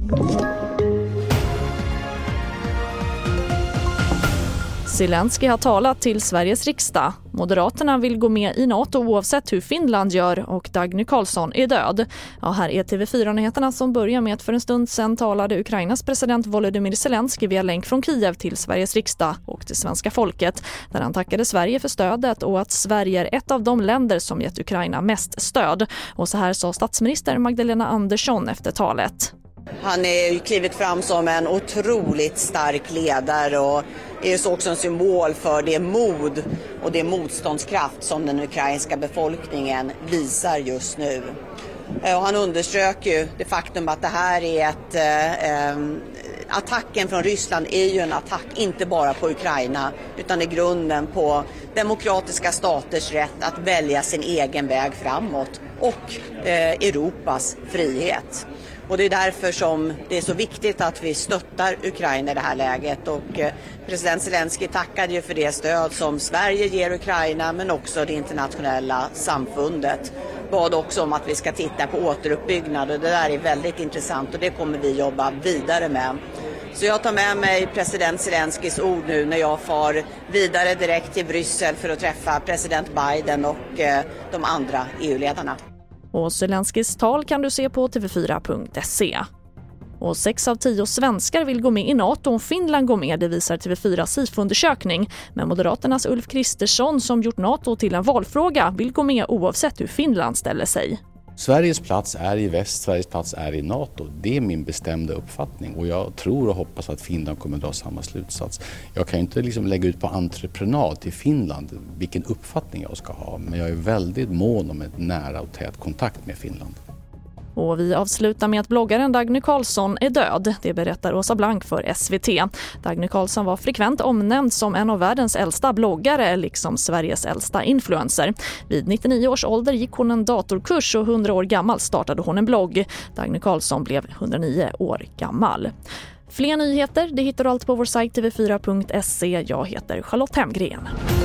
Zelensky har talat till Sveriges riksdag. Moderaterna vill gå med i NATO oavsett hur Finland gör och Dagny Carlsson är död. Ja, här är TV4-nyheterna som börjar med att för en stund sedan talade Ukrainas president Volodymyr Zelensky via länk från Kiev till Sveriges riksdag och till svenska folket. Där han tackade Sverige för stödet och att Sverige är ett av de länder som gett Ukraina mest stöd. Och så här sa statsminister Magdalena Andersson efter talet. Han är ju klivit fram som en otroligt stark ledare och är så också en symbol för det mod och det motståndskraft som den ukrainska befolkningen visar just nu. Och han underströk ju det faktum att det här är attacken från Ryssland är ju en attack inte bara på Ukraina utan i grunden på demokratiska staters rätt att välja sin egen väg framåt och Europas frihet. Och det är därför som det är så viktigt att vi stöttar Ukraina i det här läget. Och president Zelensky tackade ju för det stöd som Sverige ger Ukraina men också det internationella samfundet. Bad också om att vi ska titta på återuppbyggnad och det där är väldigt intressant och det kommer vi jobba vidare med. Så jag tar med mig president Zelenskys ord nu när jag far vidare direkt till Bryssel för att träffa president Biden och de andra EU-ledarna. Och Zelenskys tal kan du se på tv4.se. Och 6 av 10 svenskar vill gå med i NATO om Finland går med, det visar TV4 SIFO-undersökning. Men Moderaternas Ulf Kristersson som gjort NATO till en valfråga vill gå med oavsett hur Finland ställer sig. Sveriges plats är i väst, Sveriges plats är i NATO. Det är min bestämda uppfattning och jag tror och hoppas att Finland kommer att dra samma slutsats. Jag kan inte lägga ut på entreprenad till Finland vilken uppfattning jag ska ha, men jag är väldigt mån om ett nära och tät kontakt med Finland. Och vi avslutar med att bloggaren Dagny Carlsson är död. Det berättar Åsa Blank för SVT. Dagny Carlsson var frekvent omnämnd som en av världens äldsta bloggare, liksom Sveriges äldsta influencer. Vid 99 års ålder gick hon en datorkurs och 100 år gammal startade hon en blogg. Dagny Carlsson blev 109 år gammal. Fler nyheter, det hittar du allt på vår sajt tv4.se. Jag heter Charlotte Hemgren.